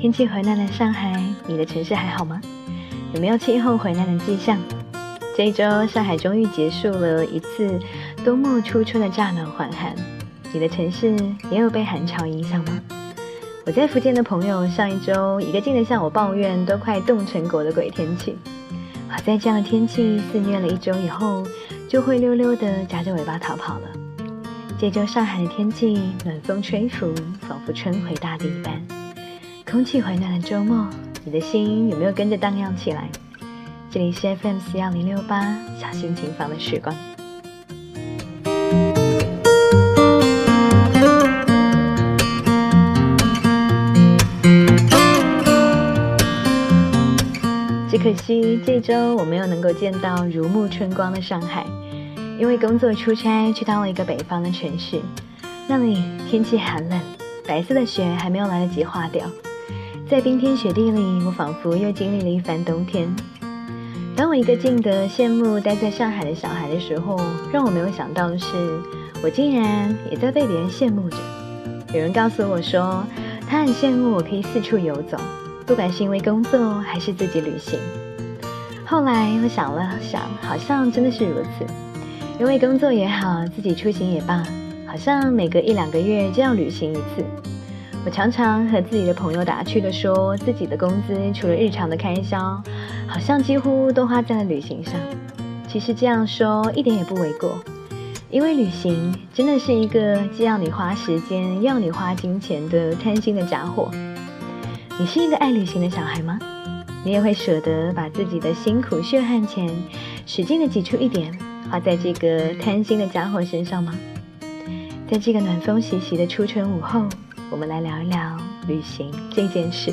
天气回暖的上海，你的城市还好吗？有没有气候回暖的迹象？这一周，上海终于结束了一次冬末初春的乍暖还寒，你的城市也有被寒潮影响吗？我在福建的朋友上一周一个劲的向我抱怨都快冻成狗的鬼天气。好在这样的天气肆虐了一周以后，就灰溜溜的夹着尾巴逃跑了。这周上海的天气暖风吹拂，仿佛春回大地一般。空气回暖的周末，你的心有没有跟着荡漾起来？这里是 FM41068小心情房的时光。只可惜这周我没有能够见到如沐春光的上海，因为工作出差去到了一个北方的城市，那里天气寒冷，白色的雪还没有来得及化掉，在冰天雪地里，我仿佛又经历了一番冬天。当我一个劲的羡慕待在上海的小孩的时候，让我没有想到的是，我竟然也在被别人羡慕着。有人告诉我说，他很羡慕我可以四处游走，不管是因为工作还是自己旅行。后来我想了想，好像真的是如此。因为工作也好，自己出行也罢，好像每隔1-2个月就要旅行一次。我常常和自己的朋友打趣的说，自己的工资除了日常的开销，好像几乎都花在了旅行上。其实这样说一点也不为过，因为旅行真的是一个既要你花时间又要你花金钱的贪心的家伙。你是一个爱旅行的小孩吗？你也会舍得把自己的辛苦血汗钱使劲的挤出一点花在这个贪心的家伙身上吗？在这个暖风习习的初春午后，我们来聊一聊旅行这件事。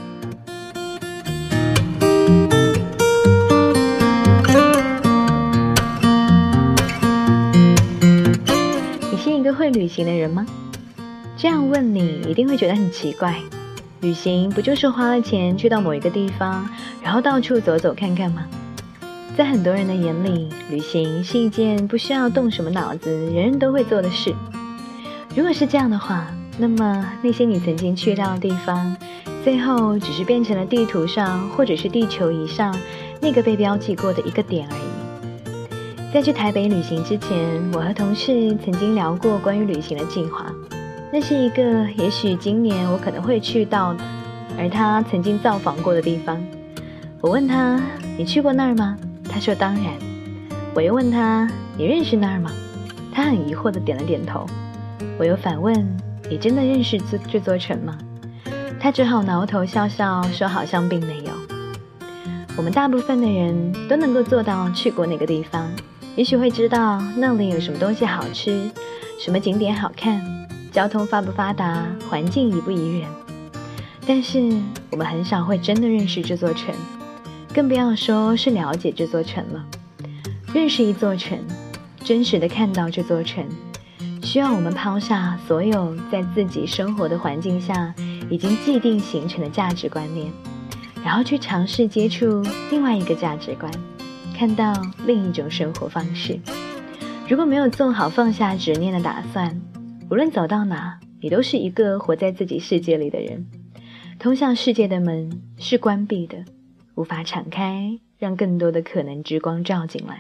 你是一个会旅行的人吗？这样问你一定会觉得很奇怪，旅行不就是花了钱去到某一个地方，然后到处走走看看吗？在很多人的眼里，旅行是一件不需要动什么脑子，人人都会做的事。如果是这样的话，那么那些你曾经去到的地方，最后只是变成了地图上或者是地球仪上那个被标记过的一个点而已。在去台北旅行之前，我和同事曾经聊过关于旅行的计划。那是一个也许今年我可能会去到的，而他曾经造访过的地方。我问他，你去过那儿吗？他说当然。我又问他，你认识那儿吗？他很疑惑地点了点头。我又反问，你真的认识这座城吗？他只好挠头笑笑说好像并没有。我们大部分的人都能够做到去过那个地方，也许会知道那里有什么东西好吃，什么景点好看，交通发不发达，环境宜不宜人。但是我们很少会真的认识这座城，更不要说是了解这座城了。认识一座城，真实的看到这座城，需要我们抛下所有在自己生活的环境下已经既定形成的价值观念，然后去尝试接触另外一个价值观，看到另一种生活方式。如果没有做好放下执念的打算，无论走到哪，你都是一个活在自己世界里的人。通向世界的门是关闭的，无法敞开，让更多的可能之光照进来。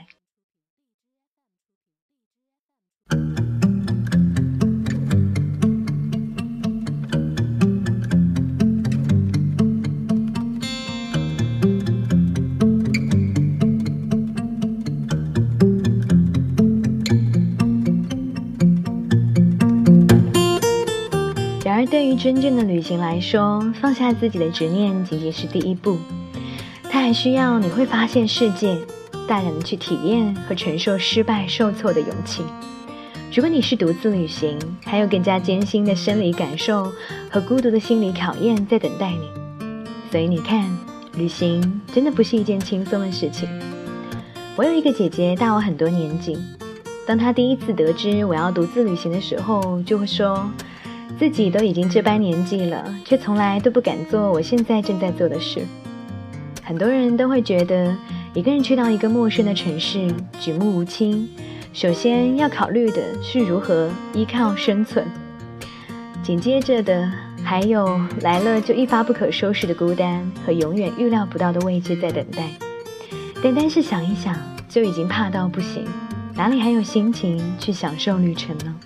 然而对于真正的旅行来说，放下自己的执念仅仅是第一步，它还需要你会发现世界，大胆的去体验和承受失败受挫的勇气。如果你是独自旅行，还有更加艰辛的生理感受和孤独的心理考验在等待你。所以你看，旅行真的不是一件轻松的事情。我有一个姐姐大我很多年纪，当她第一次得知我要独自旅行的时候，就会说自己都已经这般年纪了，却从来都不敢做我现在正在做的事。很多人都会觉得一个人去到一个陌生的城市，举目无亲，首先要考虑的是如何依靠生存，紧接着的还有来了就一发不可收拾的孤单和永远预料不到的位置在等待。但单是想一想就已经怕到不行，哪里还有心情去享受旅程呢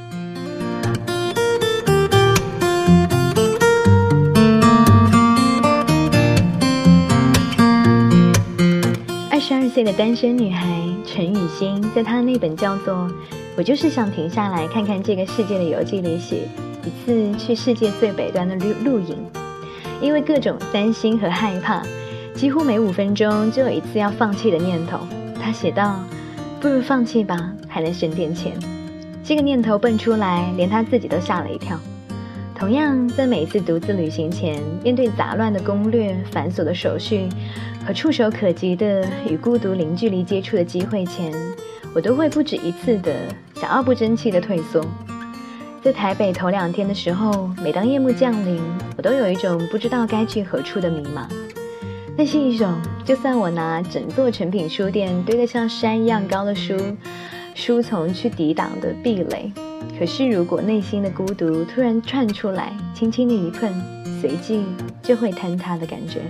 ？22岁的单身女孩陈雨欣，在她的那本叫做《我就是想停下来看看这个世界的游记》里写一次去世界最北端的露营，因为各种担心和害怕，几乎每5分钟就有一次要放弃的念头。她写道：不如放弃吧，还能省点钱。这个念头蹦出来，连她自己都吓了一跳。同样，在每一次独自旅行前，面对杂乱的攻略、繁琐的手续和触手可及的与孤独零距离接触的机会前，我都会不止一次的想要不争气的退缩。在台北头2天的时候，每当夜幕降临，我都有一种不知道该去何处的迷茫。那是一种就算我拿整座诚品书店堆得像山一样高的书丛去抵挡的壁垒，可是如果内心的孤独突然窜出来，轻轻的一碰，随即就会坍塌的感觉。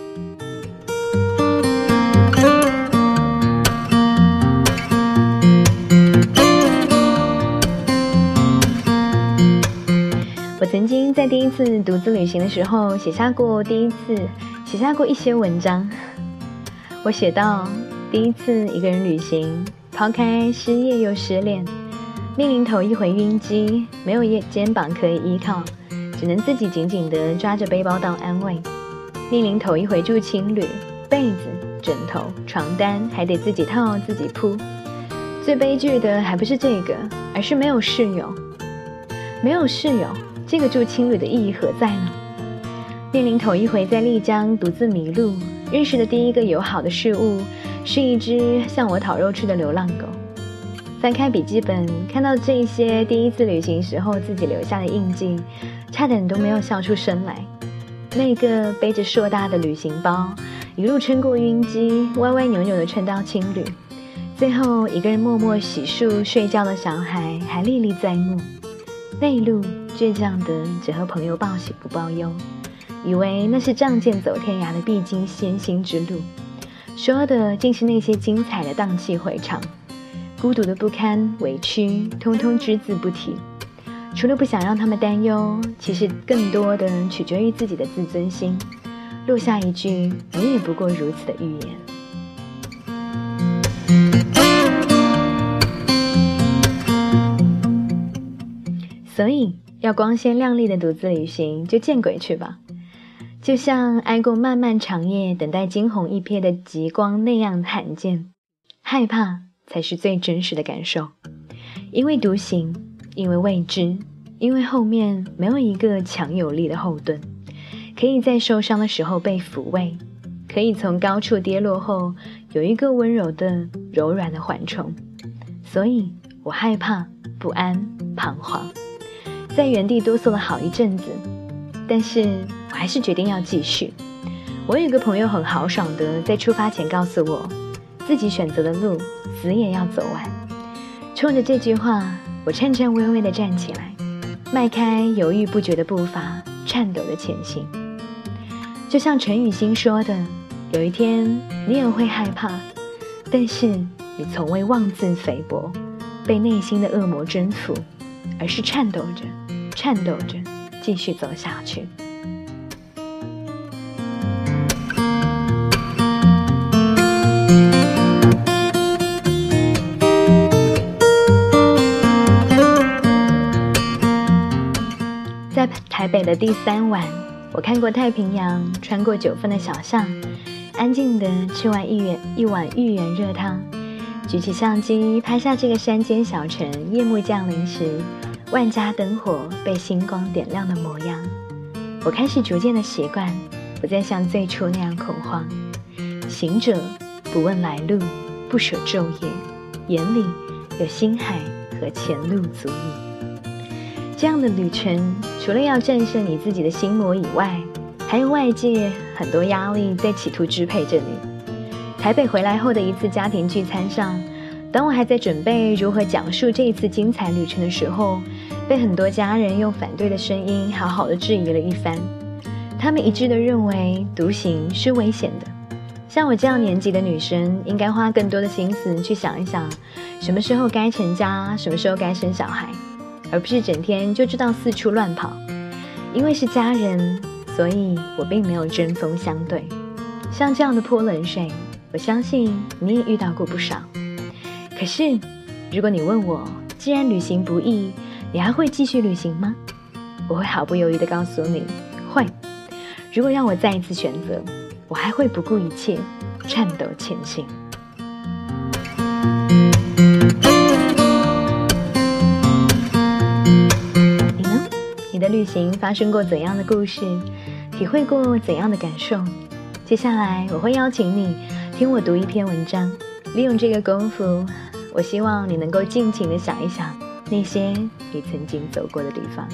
我曾经在第一次独自旅行的时候写下过一些文章。我写到，第一次一个人旅行，抛开失业又失恋，面临头一回晕机，没有肩膀可以依靠，只能自己紧紧地抓着背包当安慰，面临头一回住青旅，被子、枕头、床单还得自己套自己铺。最悲剧的还不是这个，而是没有室友。没有室友，这个住青旅的意义何在呢？面临头一回在丽江独自迷路，认识的第一个友好的事物是一只向我讨肉吃的流浪狗。翻开笔记本，看到这些第一次旅行时候自己留下的印记，差点都没有笑出声来。那个背着硕大的旅行包，一路撑过晕机，歪歪扭扭地撑到青旅，最后一个人默默洗漱睡觉的小孩还历历在目。那一路倔强的只和朋友报喜不报忧，以为那是仗剑走天涯的必经先行之路，说的竟是那些精彩的荡气回肠，孤独的不堪委屈通通只字不提。除了不想让他们担忧，其实更多的取决于自己的自尊心，落下一句你也不过如此的预言。所以要光鲜亮丽的独自旅行，就见鬼去吧。就像挨过漫漫长夜等待惊鸿一瞥的极光那样罕见，害怕才是最真实的感受。因为独行，因为未知，因为后面没有一个强有力的后盾，可以在受伤的时候被抚慰，可以从高处跌落后有一个温柔的柔软的缓冲。所以我害怕、不安、彷徨，在原地哆嗦了好一阵子，但是我还是决定要继续。我有一个朋友很豪爽的在出发前告诉我，自己选择的路死也要走完。冲着这句话，我颤颤巍巍地站起来，迈开犹豫不决的步伐，颤抖的前行。就像陈雨欣说的，有一天你也会害怕，但是你从未妄自菲薄，被内心的恶魔征服，而是颤抖着继续走下去。在台北的第3晚，我看过太平洋，穿过9份的小巷，安静地吃完一碗芋圆热汤，举起相机拍下这个山间小城夜幕降临时万家灯火被星光点亮的模样。我开始逐渐的习惯，不再像最初那样恐慌。行者不问来路，不舍昼夜，眼里有星海和前路足矣。这样的旅程，除了要战胜你自己的心魔以外，还有外界很多压力在企图支配着你。台北回来后的一次家庭聚餐上，当我还在准备如何讲述这一次精彩旅程的时候， 被很多家人用反对的声音好好的质疑了一番。他们一致的认为独行是危险的，像我这样年纪的女生应该花更多的心思去想一想什么时候该成家，什么时候该生小孩，而不是整天就知道四处乱跑。因为是家人，所以我并没有针锋相对。像这样的泼冷水，我相信你也遇到过不少。可是如果你问我，既然旅行不易，你还会继续旅行吗？我会毫不犹豫地告诉你，会。如果让我再一次选择，我还会不顾一切颤抖前行。你呢？你的旅行发生过怎样的故事？体会过怎样的感受？接下来我会邀请你听我读一篇文章，利用这个功夫，我希望你能够尽情地想一想那些你曾经走过的地方。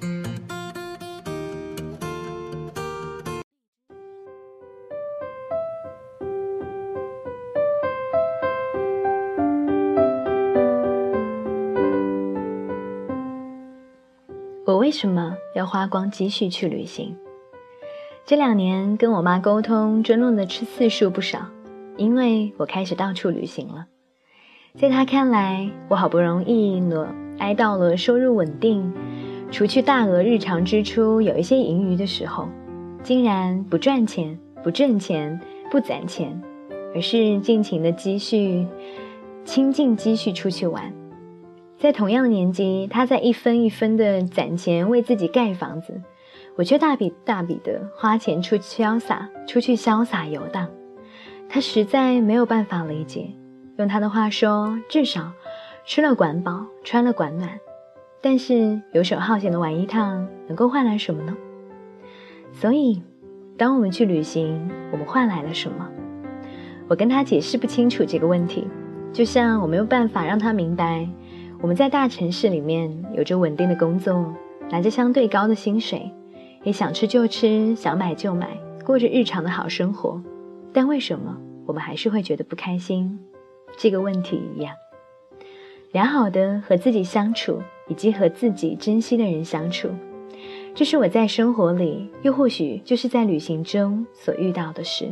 我为什么要花光积蓄去旅行？这2年跟我妈沟通争论的次数不少，因为我开始到处旅行了。在她看来，我好不容易挨到了收入稳定，除去大额日常支出有一些盈余的时候，竟然不赚钱、不挣钱、不攒钱，而是尽情的倾尽积蓄出去玩。在同样的年纪，他在一分一分的攒钱为自己盖房子，我却大笔的花钱出去潇洒游荡。他实在没有办法理解，用他的话说，至少吃了管饱，穿了管暖，但是游手好闲的玩一趟能够换来什么呢？所以当我们去旅行，我们换来了什么？我跟他解释不清楚这个问题，就像我没有办法让他明白，我们在大城市里面有着稳定的工作，拿着相对高的薪水，也想吃就吃，想买就买，过着日常的好生活，但为什么我们还是会觉得不开心？这个问题一样。良好的和自己相处，以及和自己珍惜的人相处，这是我在生活里，又或许就是在旅行中所遇到的事。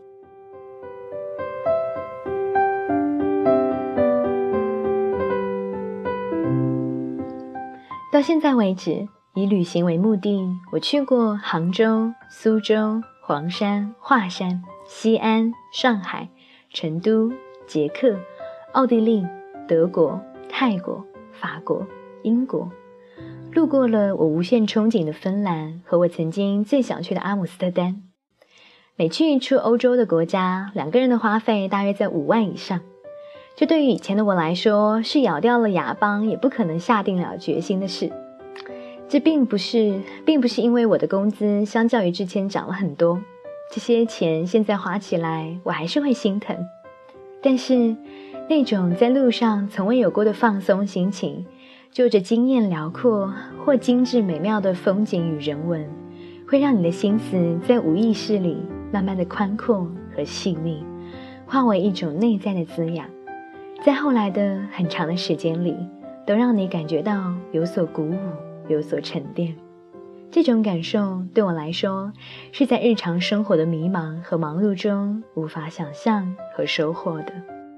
到现在为止，以旅行为目的，我去过杭州、苏州、黄山、华山、西安、上海、成都、捷克、奥地利、德国、泰国、法国、英国，路过了我无限憧憬的芬兰和我曾经最想去的阿姆斯特丹。每去一处欧洲的国家，2个人的花费大约在5万以上。这对于以前的我来说，是咬掉了牙邦也不可能下定了决心的事。这并不是因为我的工资相较于之前涨了很多，这些钱现在花起来我还是会心疼。但是那种在路上从未有过的放松心情，就着经验辽阔或精致美妙的风景与人文，会让你的心思在无意识里慢慢的宽阔和细腻，化为一种内在的滋养，在后来的很长的时间里，都让你感觉到有所鼓舞，有所沉淀。这种感受对我来说，是在日常生活的迷茫和忙碌中无法想象和收获的。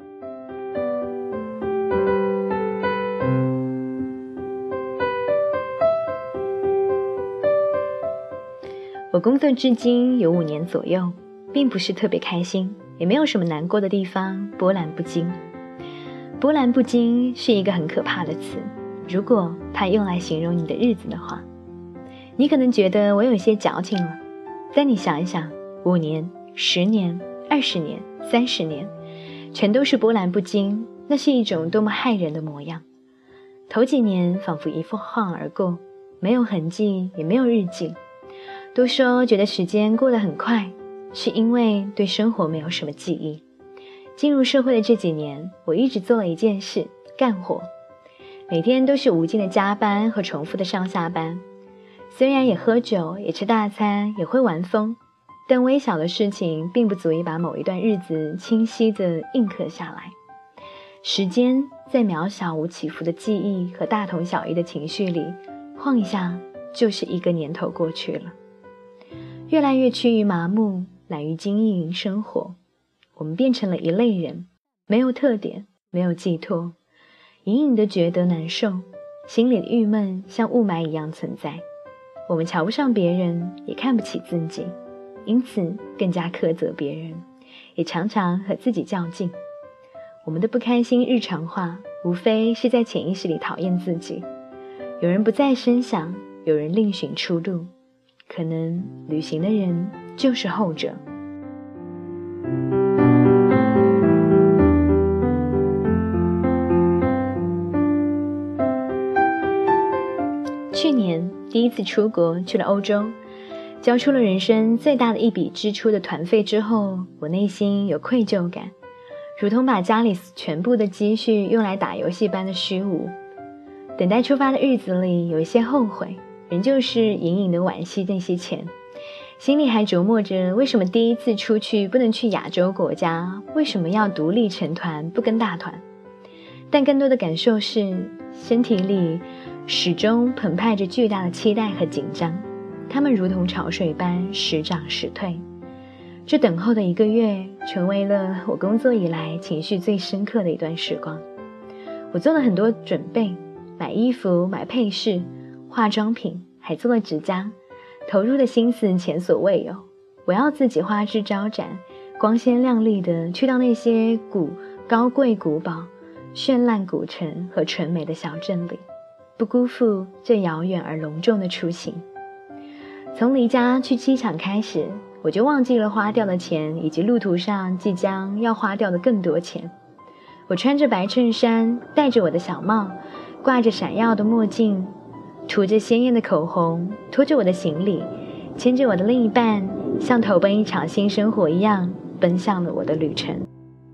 我工作至今有5年左右，并不是特别开心，也没有什么难过的地方，波澜不惊。波澜不惊是一个很可怕的词，如果它用来形容你的日子的话，你可能觉得我有些矫情了。但你想一想，5年、10年、20年、30年，全都是波澜不惊，那是一种多么骇人的模样。头几年仿佛一晃而过，没有痕迹，也没有日记。都说觉得时间过得很快，是因为对生活没有什么记忆。进入社会的这几年，我一直做了一件事，干活。每天都是无尽的加班和重复的上下班，虽然也喝酒，也吃大餐，也会玩疯，但微小的事情并不足以把某一段日子清晰地印刻下来。时间在渺小无起伏的记忆和大同小异的情绪里，晃一下就是一个年头过去了。越来越趋于麻木，懒于经营生活，我们变成了一类人，没有特点，没有寄托，隐隐的觉得难受，心里的郁闷像雾霾一样存在。我们瞧不上别人，也看不起自己，因此更加苛责别人，也常常和自己较劲。我们的不开心日常化，无非是在潜意识里讨厌自己。有人不再声响，有人另寻出路，可能旅行的人就是后者。去年第一次出国，去了欧洲，交出了人生最大的一笔支出的团费之后，我内心有愧疚感，如同把家里全部的积蓄用来打游戏般的虚无。等待出发的日子里，有一些后悔，仍旧是隐隐的惋惜那些钱，心里还琢磨着为什么第一次出去不能去亚洲国家，为什么要独立成团不跟大团。但更多的感受是，身体里始终澎湃着巨大的期待和紧张，它们如同潮水般时涨时退。这等候的1个月，成为了我工作以来情绪最深刻的一段时光。我做了很多准备，买衣服，买配饰，化妆品，还做了指甲，投入的心思前所未有。我要自己花枝招展，光鲜亮丽的去到那些高贵古堡、绚烂古城和纯美的小镇里，不辜负这遥远而隆重的出行。从离家去机场开始，我就忘记了花掉的钱，以及路途上即将要花掉的更多钱。我穿着白衬衫，戴着我的小帽，挂着闪耀的墨镜，涂着鲜艳的口红，拖着我的行李，牵着我的另一半，像投奔一场新生活一样，奔向了我的旅程。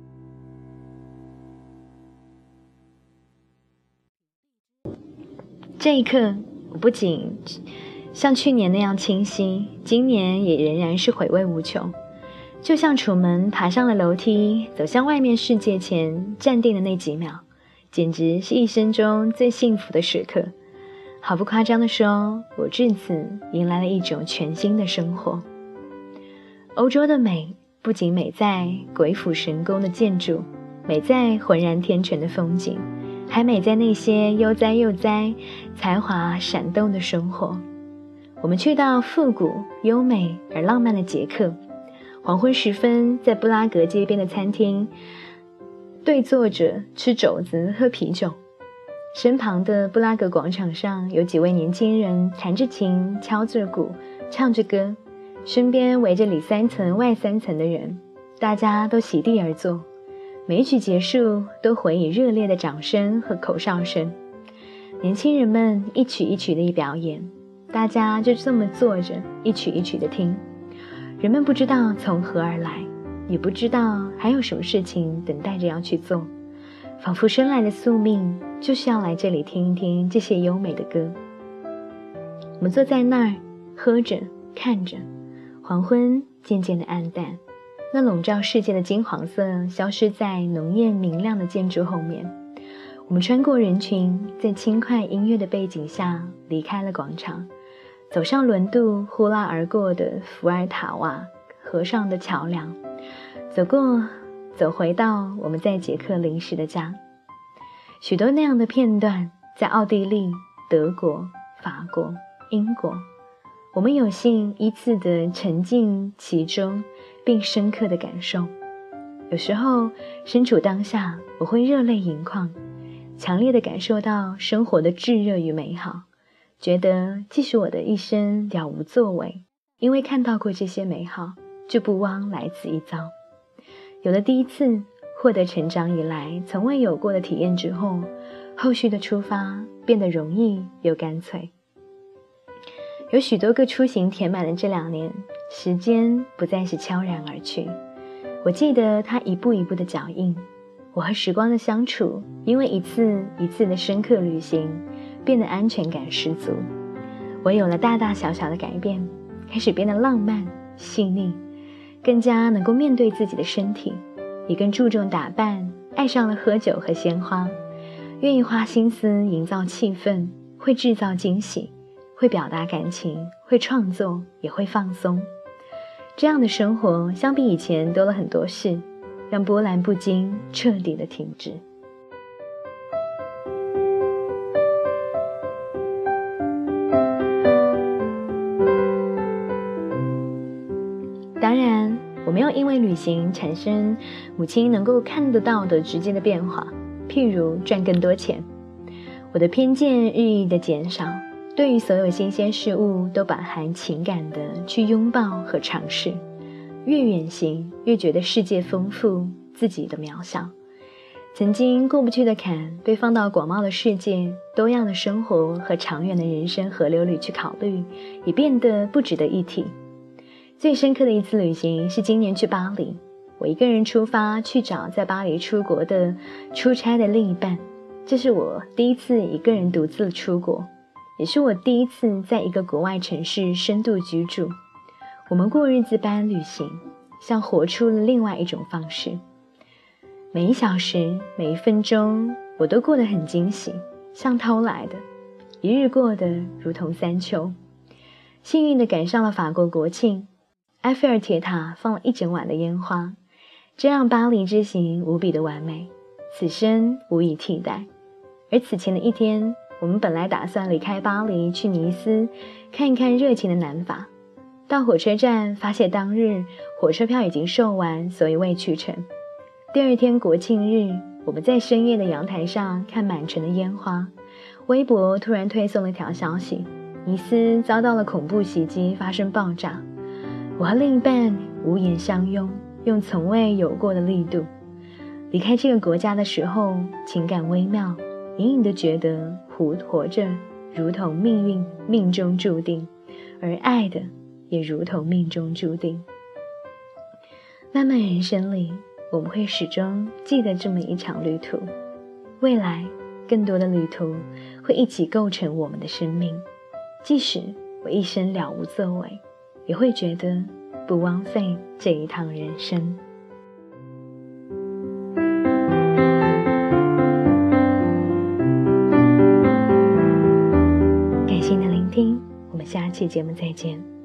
这一刻，我不仅像去年那样清晰，今年也仍然是回味无穷。就像楚门爬上了楼梯，走向外面世界前站定的那几秒，简直是一生中最幸福的时刻。毫不夸张地说，我至此迎来了一种全新的生活。欧洲的美不仅美在鬼斧神工的建筑，美在浑然天成的风景，还美在那些悠哉悠哉、才华闪动的生活。我们去到复古、优美而浪漫的捷克，黄昏时分，在布拉格街边的餐厅对坐着吃肘子、喝啤酒。身旁的布拉格广场上，有几位年轻人弹着琴、敲着鼓、唱着歌，身边围着里3层外3层的人，大家都席地而坐。每一曲结束，都回以热烈的掌声和口哨声。年轻人们一曲一曲地表演，大家就这么坐着，一曲一曲地听。人们不知道从何而来，也不知道还有什么事情等待着要去做，仿佛生来的宿命就是要来这里听一听这些优美的歌。我们坐在那儿，喝着，看着，黄昏渐渐的暗淡，那笼罩世界的金黄色消失在浓艳明亮的建筑后面。我们穿过人群，在轻快音乐的背景下离开了广场，走上轮渡呼啦而过的伏尔塔瓦河上的桥梁，走回到我们在捷克临时的家。许多那样的片段，在奥地利、德国、法国、英国，我们有幸依次地沉浸其中，并深刻地感受。有时候身处当下，我会热泪盈眶，强烈地感受到生活的炙热与美好，觉得即使我的一生了无作为，因为看到过这些美好，就不枉来此一遭。有了第一次，获得成长以来从未有过的体验之后，后续的出发变得容易又干脆。有许多个出行填满了这2年，时间不再是悄然而去。我记得它一步一步的脚印，我和时光的相处，因为一次一次的深刻旅行，变得安全感十足。我有了大大小小的改变，开始变得浪漫、细腻，更加能够面对自己的身体，也更注重打扮，爱上了喝酒和鲜花， 愿意花心思营造气氛，会制造惊喜，会表达感情，会创作，也会放松。这样的生活相比以前多了很多事，让波澜不惊彻底的停止。当然，我没有因为旅行产生母亲能够看得到的直接的变化，譬如赚更多钱。我的偏见日益的减少，对于所有新鲜事物都饱含情感的去拥抱和尝试，越远行越觉得世界丰富，自己的渺小。曾经过不去的坎被放到广袤的世界、多样的生活和长远的人生河流里去考虑，也变得不值得一提。最深刻的一次旅行是今年去巴黎，我一个人出发去找在巴黎出国的出差的另一半。这是我第一次一个人独自出国，也是我第一次在一个国外城市深度居住。我们过日子般旅行，像活出了另外一种方式。每一小时每一分钟我都过得很惊喜，像偷来的，一日过得如同三秋。幸运地赶上了法国国庆，埃菲尔铁塔放了一整晚的烟花，这让巴黎之行无比的完美，此生无以替代。而此前的一天，我们本来打算离开巴黎去尼斯看一看热情的南法，到火车站发现当日火车票已经售完，所以未去成。第二天国庆日，我们在深夜的阳台上看满城的烟花，微博突然推送了一条消息，尼斯遭到了恐怖袭击，发生爆炸。我和另一半无言相拥，用从未有过的力度。离开这个国家的时候，情感微妙，隐隐地觉得活着如同命运命中注定，而爱的也如同命中注定。漫漫人生里，我们会始终记得这么一场旅途，未来更多的旅途会一起构成我们的生命。即使我一生了无作为，也会觉得不枉费这一趟人生。感谢你的聆听，我们下期节目再见。